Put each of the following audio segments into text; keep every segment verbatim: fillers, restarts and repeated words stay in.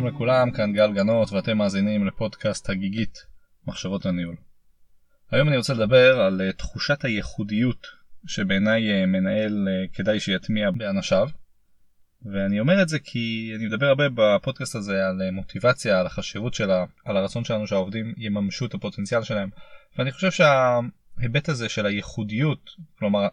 שלום לכולם, כאן גל גנות ואתם מאזינים לפודקאסט הגיגית מחשבות הניהול. היום אני רוצה לדבר על תחושת הייחודיות שבעיניי מנהל כדאי שיטמיע באנשיו, ואני אומר את זה כי אני מדבר הרבה בפודקאסט הזה על מוטיבציה, על החשיבות שלה, על הרצון שלנו שהעובדים יממשו את הפוטנציאל שלהם, ואני חושב שההיבט הזה של הייחודיות, כלומר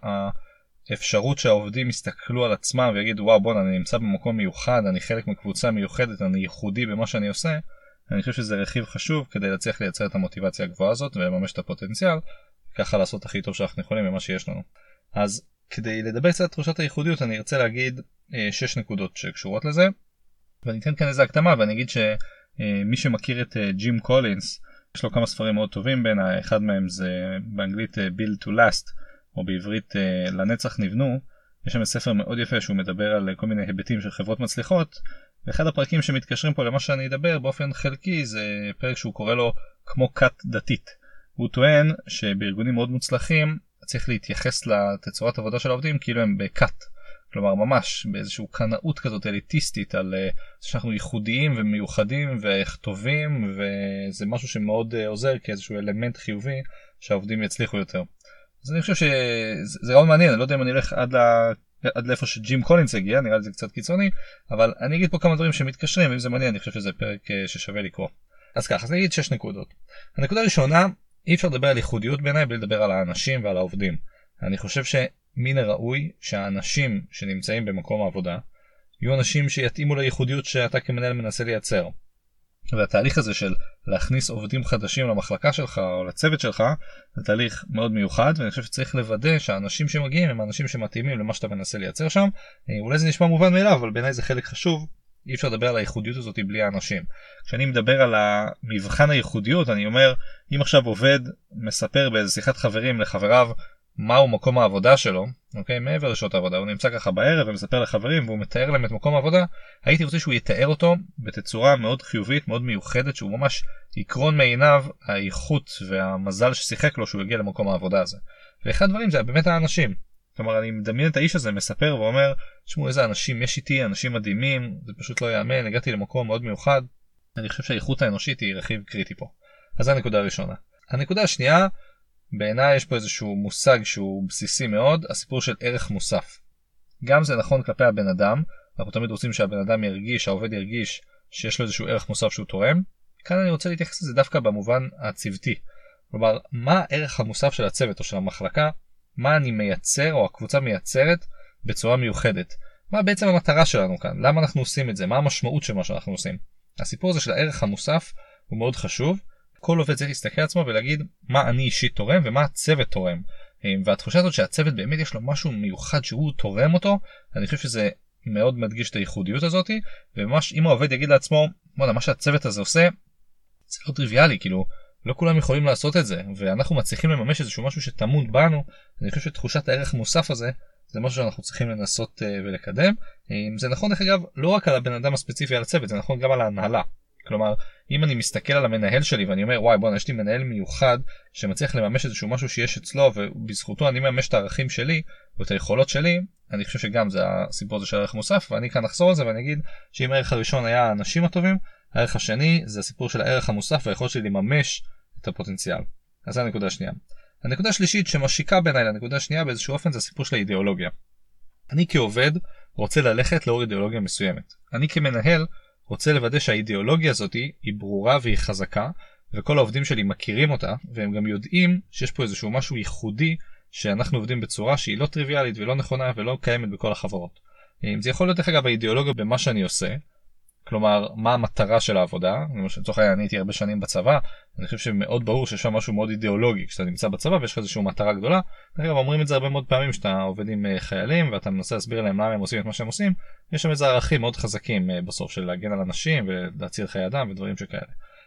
האפשרות שהעובדים יסתכלו על עצמם ויגידו וואו בוא אני נמצא במקום מיוחד, אני חלק מקבוצה מיוחדת, אני ייחודי במה שאני עושה, אני חושב שזה רכיב חשוב כדי להצליח לייצר את המוטיבציה הגבוהה הזאת ולממש את הפוטנציאל, ככה לעשות הכי טוב שאנחנו יכולים ממה שיש לנו. אז כדי לדבר קצת על תחושת הייחודיות אני ארצה להגיד אה, שש נקודות שקשורות לזה, ואני אתן כאן איזה הקדמה ואני אגיד שמי שמכיר את אה, ג'ים קולינס, יש לו כמה ספרים מאוד טובים בין, אחד מהם זה באנגלית אה, Build to Last, או בעברית אה, לנצח נבנו. יש שם ספר מאוד יפה שהוא מדבר על כל מיני היבטים של חברות מצליחות, ואחד הפרקים שמתקשרים פה למה שאני אדבר באופן חלקי זה פרק שהוא קורא לו כמו כת דתית. הוא טוען שבארגונים מאוד מוצלחים צריך להתייחס לתצורת עבודה של העובדים כאילו הם בכת, כלומר ממש באיזשהו קנאות כזאת אליטיסטית על שאנחנו ייחודיים ומיוחדים וכתובים, וזה משהו שמאוד עוזר כאיזשהו אלמנט חיובי שהעובדים יצליחו יותר. אז אני חושב שזה רעיון מעניין, אני לא יודע אם אני הולך עד, לה, עד לאיפה שג'ים קולינס הגיע, נראה לי זה קצת קיצוני, אבל אני אגיד פה כמה דברים שמתקשרים, אם זה מעניין אני חושב שזה פרק ששווה לקרוא. אז ככה, אז אני אגיד שש נקודות. הנקודה הראשונה, אי אפשר לדבר על ייחודיות בעיניי בלי לדבר על האנשים ועל העובדים. אני חושב שמן הראוי שהאנשים שנמצאים במקום העבודה יהיו אנשים שיתאימו לייחודיות שאתה כמנהל מנסה לייצר. והתהליך הזה של להכניס עובדים חדשים למחלקה שלך או לצוות שלך זה תהליך מאוד מיוחד, ואני חושב שצריך לוודא שהאנשים שמגיעים הם האנשים שמתאימים למה שאתה מנסה לייצר שם. אולי זה נשמע מובן מאליו, אבל בעיניי זה חלק חשוב. אי אפשר לדבר על הייחודיות הזאת בלי האנשים. כשאני מדבר על המבחן הייחודיות אני אומר, אם עכשיו עובד מספר באיזו שיחת חברים לחבריו מהו מקום העבודה שלו, אוקיי, מעבר לשעות העבודה, הוא נמצא ככה בערב ומספר לחברים והוא מתאר להם את מקום העבודה, הייתי רוצה שהוא יתאר אותו בתצורה מאוד חיובית, מאוד מיוחדת, שהוא ממש יקרון מעיניו האיכות והמזל ששיחק לו שהוא יגיע למקום העבודה הזה. ואחד הדברים זה באמת האנשים. כלומר אני מדמיין את האיש הזה מספר ואומר, תשמעו איזה אנשים יש איתי, אנשים מדהימים, זה פשוט לא יאמן, הגעתי למקום מאוד מיוחד. אני חושב שהאיכות האנושית היא רכיב קריטי פה. אז זו הנקודה הראשונה. הנקודה השנייה, בעיניי יש פה איזשהו מושג שהוא בסיסי מאוד, הסיפור של ערך מוסף. גם זה נכון כלפי הבן אדם, אנחנו תמיד רוצים שהבן אדם ירגיש, העובד ירגיש שיש לו איזשהו ערך מוסף שהוא תורם. כאן אני רוצה להתייחס לזה דווקא במובן הצוותי. כלומר, מה הערך המוסף של הצוות או של המחלקה? מה אני מייצר או הקבוצה מייצרת בצורה מיוחדת? מה בעצם המטרה שלנו כאן? למה אנחנו עושים את זה? מה המשמעות של מה שאנחנו עושים? הסיפור הזה של הערך המוסף הוא מאוד חשוב. כל עובד צריך להסתכל על עצמו ולהגיד מה אני אישית תורם ומה הצוות תורם. והתחושה הזאת שהצוות באמת יש לו משהו מיוחד שהוא תורם אותו, אני חושב שזה מאוד מדגיש את הייחודיות הזאת, וממש אם העובד יגיד לעצמו, מה שהצוות הזה עושה, זה לא טריוויאלי, כאילו לא כולם יכולים לעשות את זה, ואנחנו מצליחים לממש איזשהו משהו שתמון בנו. אני חושב שתחושת הערך מוסף הזה זה משהו שאנחנו צריכים לנסות ולקדם. זה נכון דרך אגב לא רק על הבן אדם הספציפי על הצוות, זה נכון גם על ההנהלה. כלומר, אם אני מסתכל על המנהל שלי ואני אומר, וואי, בוא, יש לי מנהל מיוחד שמצליח לממש איזשהו משהו שיש אצלו, ובזכותו אני ממש את הערכים שלי ואת היכולות שלי, אני חושב שגם זה הסיפור הזה של ערך מוסף, ואני כאן אחזור על זה ואני אגיד שאם הערך הראשון היה האנשים הטובים, הערך השני זה הסיפור של הערך המוסף והיכולת שלי לממש את הפוטנציאל. אז זה הנקודה השנייה. הנקודה השלישית שמשיקה בעיניי לנקודה השנייה באיזשהו אופן זה הסיפור של האידיאולוגיה. אני כעובד רוצה ללכת לאור אידיאולוגיה מסוימת. אני כמנהל רוצה לוודא שהאידיאולוגיה הזאת היא ברורה והיא חזקה, וכל העובדים שלי מכירים אותה, והם גם יודעים שיש פה איזשהו משהו ייחודי שאנחנו עובדים בצורה שהיא לא טריוויאלית ולא נכונה ולא קיימת בכל החברות. זה יכול להיות דרך אגב האידיאולוגיה במה שאני עושה, כלומר מה המטרה של העבודה. לצורך העניין אני הייתי הרבה שנים בצבא, אני חושב שמאוד ברור שיש שם משהו מאוד אידיאולוגי כשאתה נמצא בצבא ויש לך איזושהי מטרה גדולה. דרך אגב אומרים את זה הרבה מאוד פעמים שאתה עובד עם חיילים ואתה מנסה להסביר להם למה הם עושים את מה שהם עושים, יש שם איזה ערכים מאוד חזקים בסוף של להגן על אנשים ולהציל חיי אדם ודברים שכאלה.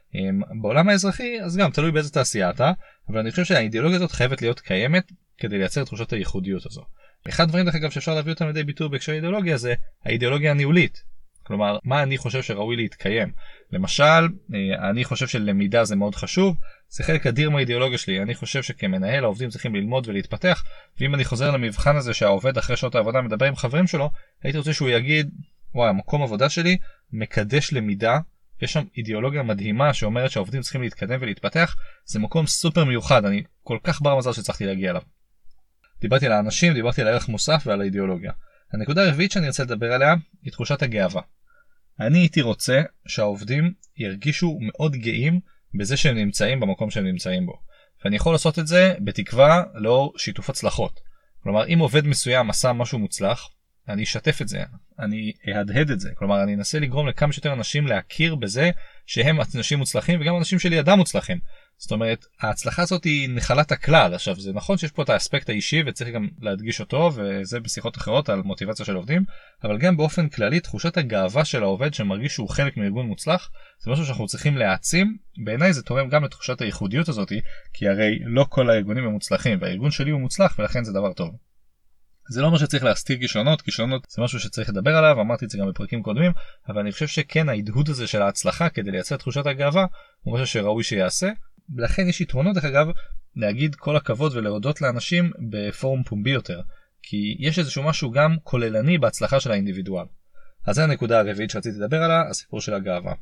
בעולם האזרחי אז גם תלוי באיזה תעשייה אתה, אבל אני חושב שהאידיאולוגיה הזאת חייבת להיות קיימת כדי לייצר את תחושת הייחודיות הזו. אחד הדברים דרך אגב שאפשר להביא אותם לידי ביטוי בהקשר האידיאולוגיה זה האידיאולוגיה הניהולית. כלומר, מה אני חושב שראוי להתקיים? למשל, אני חושב שלמידה זה מאוד חשוב, זה חלק אדיר מהאידיאולוגיה שלי. אני חושב שכמנהל העובדים צריכים ללמוד ולהתפתח, ואם אני חוזר למבחן הזה שהעובד אחרי שעות העבודה מדבר עם חברים שלו, הייתי רוצה שהוא יגיד, וואי, המקום עבודה שלי מקדש למידה יש שם אידיאולוגיה מדהימה שאומרת שהעובדים צריכים להתקדם ולהתפתח. זה מקום סופר מיוחד, אני כל כך בר מזל שצריכתי להגיע אליו. דיברתי על האנשים, דיברתי על הערך מוסף ועל האידיאולוגיה. הנקודה הרביעית שאני רוצה לדבר עליה היא תחושת הגאווה. אני הייתי רוצה שהעובדים ירגישו מאוד גאים בזה שהם נמצאים במקום שהם נמצאים בו. ואני יכול לעשות את זה בתקווה לאור שיתוף הצלחות. כלומר, אם עובד מסוים עשה משהו מוצלח, אני אשתף את זה, אני אהדהד את זה. כלומר, אני אנסה לגרום לכמה שיותר אנשים להכיר בזה שהם אנשים מוצלחים וגם אנשים שלידם מוצלחים. זאת אומרת, ההצלחה הזאת היא נחלת הכלל. עכשיו, זה נכון שיש פה את האספקט האישי וצריך גם להדגיש אותו, וזה בשיחות אחרות על מוטיבציה של עובדים, אבל גם באופן כללי, תחושת הגאווה של העובד שמרגיש שהוא חלק מארגון מוצלח, זה משהו שאנחנו צריכים להעצים. בעיניי זה תורם גם לתחושת הייחודיות הזאת, כי הרי לא כל הארגונים הם מוצלחים, והארגון שלי הוא מוצלח ולכן זה דבר טוב. זה לא אומר שצריך להסתיר כישלונות, כישלונות זה משהו שצריך לדבר עליו, אמרתי את זה גם בפרקים קודמים, אבל אני חושב שכן ההדהוד הזה של ההצלחה כדי לייצר תחושת הגאווה הוא משהו שראוי שיעשה. לכן יש יתרונות דרך אגב להגיד כל הכבוד ולהודות לאנשים בפורום פומבי יותר, כי יש איזשהו משהו גם כוללני בהצלחה של האינדיבידואל. אז זה הנקודה הרביעית שרציתי לדבר עליה, הסיפור של הגאווה.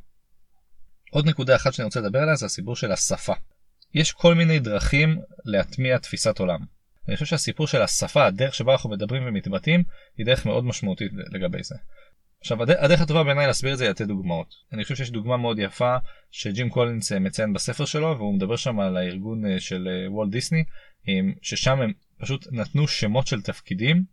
עוד נקודה אחת שאני רוצה לדבר עליה זה הסיפור של השפה. יש כל מיני דרכים להטמיע תפיסת עולם. אני חושב שהסיפור של השפה, הדרך שבה אנחנו מדברים ומתבטאים, היא דרך מאוד משמעותית לגבי זה. עכשיו, הדרך הטובה בעיניי להסביר את זה היא לתת דוגמאות. אני חושב שיש דוגמה מאוד יפה שג'ים קולינס מציין בספר שלו, והוא מדבר שם על הארגון של וולט דיסני, ששם הם פשוט נתנו שמות של תפקידים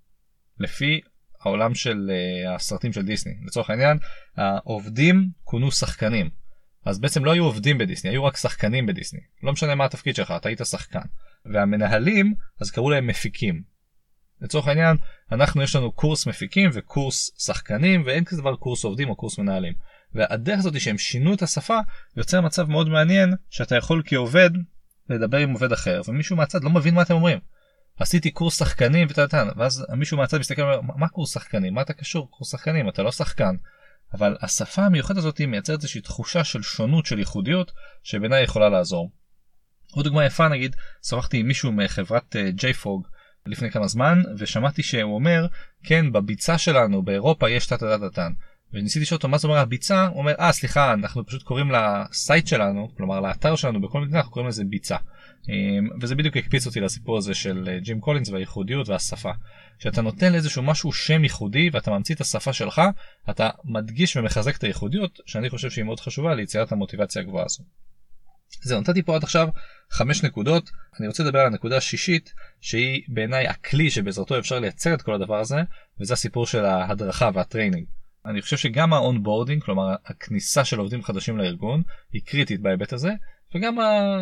לפי העולם של הסרטים של דיסני. לצורך העניין, העובדים כונו שחקנים. אז בעצם לא היו עובדים בדיסני, היו רק שחקנים בדיסני. לא משנה מה התפקיד שלך, אתה היית שחקן. והמנהלים, אז קראו להם מפיקים. לצורך העניין, אנחנו יש לנו קורס מפיקים וקורס שחקנים, ואין כזה דבר קורס עובדים או קורס מנהלים. והדרך הזאת היא שהם שינו את השפה, יוצר מצב מאוד מעניין, שאתה יכול כעובד לדבר עם עובד אחר, ומישהו מהצד לא מבין מה אתם אומרים. עשיתי קורס שחקנים ותתן, ואז מישהו מהצד מסתכל ואומר, מה קורס שחקנים? מה אתה קשור? קורס שחקנים, אתה לא שחקן. אבל השפה המיוחדת הזאת מייצרת איזושהי תחושה של שונות, של ייחודיות, שבעיניי יכולה לעזור. עוד דוגמה יפה, נגיד, שוחחתי עם מישהו מחברת ג'יי-פוג לפני כמה זמן, ושמעתי שהוא אומר, כן, בביצה שלנו באירופה יש תת-תת-תתן. וניסיתי לשאול אותו מה זה אומר הביצה, הוא אומר, אה, סליחה, אנחנו פשוט קוראים לסייט שלנו, כלומר לאתר שלנו בכל מדינה, אנחנו קוראים לזה ביצה. וזה בדיוק הקפיץ אותי לסיפור הזה של ג'ים קולינס והייחודיות והשפה. כשאתה נותן לאיזשהו משהו שם ייחודי ואתה ממציא את השפה שלך, אתה מדגיש ומחזק את הייחודיות, שאני חושב שהיא מאוד חשובה ליצירת המוטיבציה הגבוהה הזו. זהו, נתתי פה עד עכשיו חמש נקודות. אני רוצה לדבר על הנקודה השישית, שהיא בעיניי הכלי שבעזרתו אפשר לייצר את כל הדבר הזה, וזה הסיפור של ההדרכה והטריינינג. אני חושב שגם האונבורדינג, כלומר הכניסה של עובדים חדשים לארגון, היא קריטית בהיבט הזה, וגם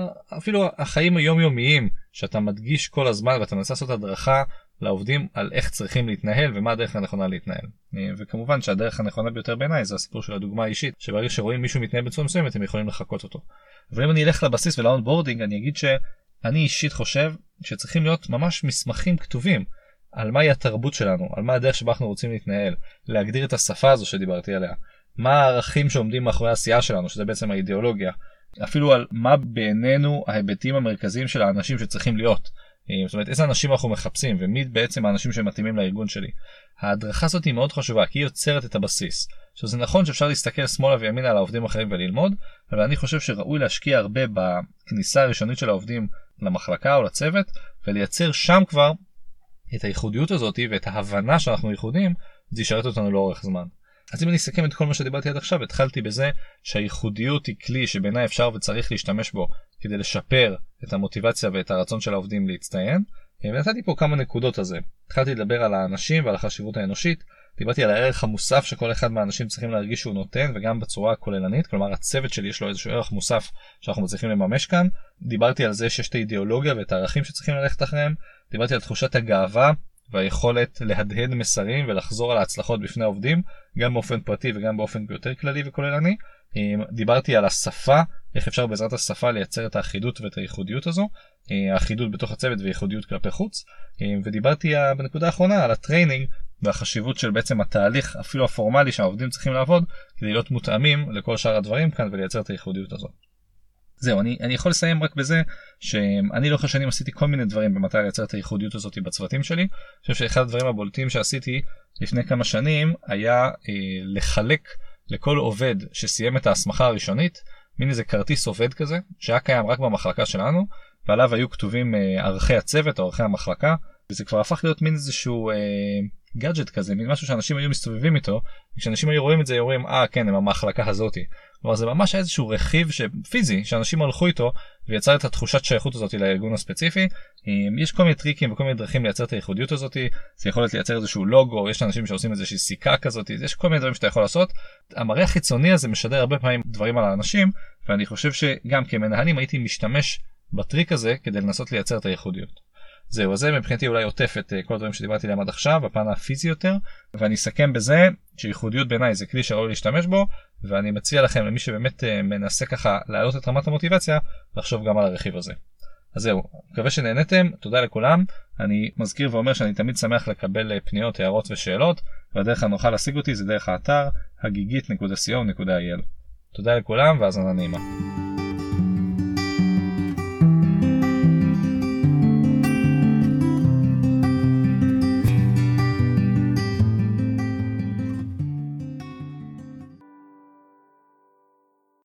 אפילו החיים היומיומיים, שאתה מדגיש כל הזמן ואתה מנסה לעשות הדרכה לעובדים על איך צריכים להתנהל ומה הדרך הנכונה להתנהל. וכמובן שהדרך הנכונה ביותר בעיניי זה הסיפור של הדוגמה האישית, שברגע שרואים מישהו מתנהל בצורה מסוימת הם יכולים לחכות אותו. אבל אם אני אלך לבסיס ולאונבורדינג, אני אגיד שאני אישית חושב שצריכים להיות ממש מסמכים כתובים על מהי התרבות שלנו, על מה הדרך שבה אנחנו רוצים להתנהל, להגדיר את השפה הזו שדיברתי עליה, מה הערכים שעומדים מאחורי העשייה שלנו, שזה בעצם האידיאולוגיה, אפילו על מה בעינינו ההיבטים המרכזיים של האנשים שצריכים להיות. זאת אומרת, איזה אנשים אנחנו מחפשים ומי בעצם האנשים שמתאימים לארגון שלי. ההדרכה הזאת היא מאוד חשובה כי היא יוצרת את הבסיס. עכשיו, זה נכון שאפשר להסתכל שמאלה וימינה על העובדים אחרים וללמוד, אבל אני חושב שראוי להשקיע הרבה בכניסה הראשונית של העובדים למחלקה או לצוות, ולייצר שם כבר את הייחודיות הזאת ואת ההבנה שאנחנו ייחודים, זה ישרת אותנו לאורך זמן. אז אם אני אסכם את כל מה שדיברתי עד עכשיו, התחלתי בזה שהייחודיות היא כלי שבעיניי אפשר וצריך להשתמש בו כדי לשפר את המוטיבציה ואת הרצון של העובדים להצטיין. ונתתי פה כמה נקודות על זה. התחלתי לדבר על האנשים ועל החשיבות האנושית, דיברתי על הערך המוסף שכל אחד מהאנשים צריכים להרגיש שהוא נותן, וגם בצורה הכוללנית, כלומר הצוות שלי יש לו איזשהו ערך מוסף שאנחנו מצליחים לממש כאן. דיברתי על זה שיש את האידיאולוגיה ואת הערכים שצריכים ללכת אחריהם. דיברתי על תחושת הגאווה והיכולת להדהד מסרים ולחזור על ההצלחות בפני העובדים, גם באופן פרטי וגם באופן יותר כללי וכוללני. דיברתי על השפה, איך אפשר בעזרת השפה לייצר את האחידות ואת הייחודיות הזו, האחידות בתוך הצוות וייחודיות כלפי חוץ. ודיברתי בנקודה האחרונה על הטריינינג והחשיבות של בעצם התהליך אפילו הפורמלי שהעובדים צריכים לעבוד כדי להיות מותאמים לכל שאר הדברים כאן ולייצר את הייחודיות הזו. זהו, אני, אני יכול לסיים רק בזה שאני לאורך השנים עשיתי כל מיני דברים במטרה לייצר את הייחודיות הזאת בצוותים שלי. אני חושב שאחד הדברים הבולטים שעשיתי לפני כמה שנים היה אה, לחלק לכל עובד שסיים את ההסמכה הראשונית, מין איזה כרטיס עובד כזה, שהיה קיים רק במחלקה שלנו, ועליו היו כתובים ערכי הצוות או ערכי המחלקה, וזה כבר הפך להיות מין איזשהו אה, גאדג'ט כזה, מין משהו שאנשים היו מסתובבים איתו, וכשאנשים היו רואים את זה, היו רואים, אה כן, הם המחלקה הזאתי. כלומר, זה ממש איזשהו רכיב פיזי, שאנשים הלכו איתו, ויצר את התחושת שייכות הזאת לארגון הספציפי. יש כל מיני טריקים וכל מיני דרכים לייצר את הייחודיות הזאת, זה יכול להיות לייצר איזשהו לוגו, יש אנשים שעושים איזושהי סיכה כזאת, יש כל מיני דברים שאתה יכול לעשות. המראה החיצוני הזה משדר הרבה פעמים דברים על האנשים, ואני חושב שגם כמנהלים הייתי משתמש בטריק הזה כדי לנסות לייצר את הייחודיות. זהו, אז זה מבחינתי אולי עוטף את כל הדברים שדיברתי להם עד עכשיו, בפן הפיזי יותר, ואני אסכם בזה שייחודיות בעיניי זה כלי שראוי להשתמש בו, ואני מציע לכם, למי שבאמת מנסה ככה להעלות את רמת המוטיבציה, לחשוב גם על הרכיב הזה. אז זהו, מקווה שנהנתם, תודה לכולם, אני מזכיר ואומר שאני תמיד שמח לקבל פניות, הערות ושאלות, והדרך הנוחה להשיג אותי זה דרך האתר הגיגית נקודה סי או נקודה איי אל. תודה לכולם והאזנה נעימה.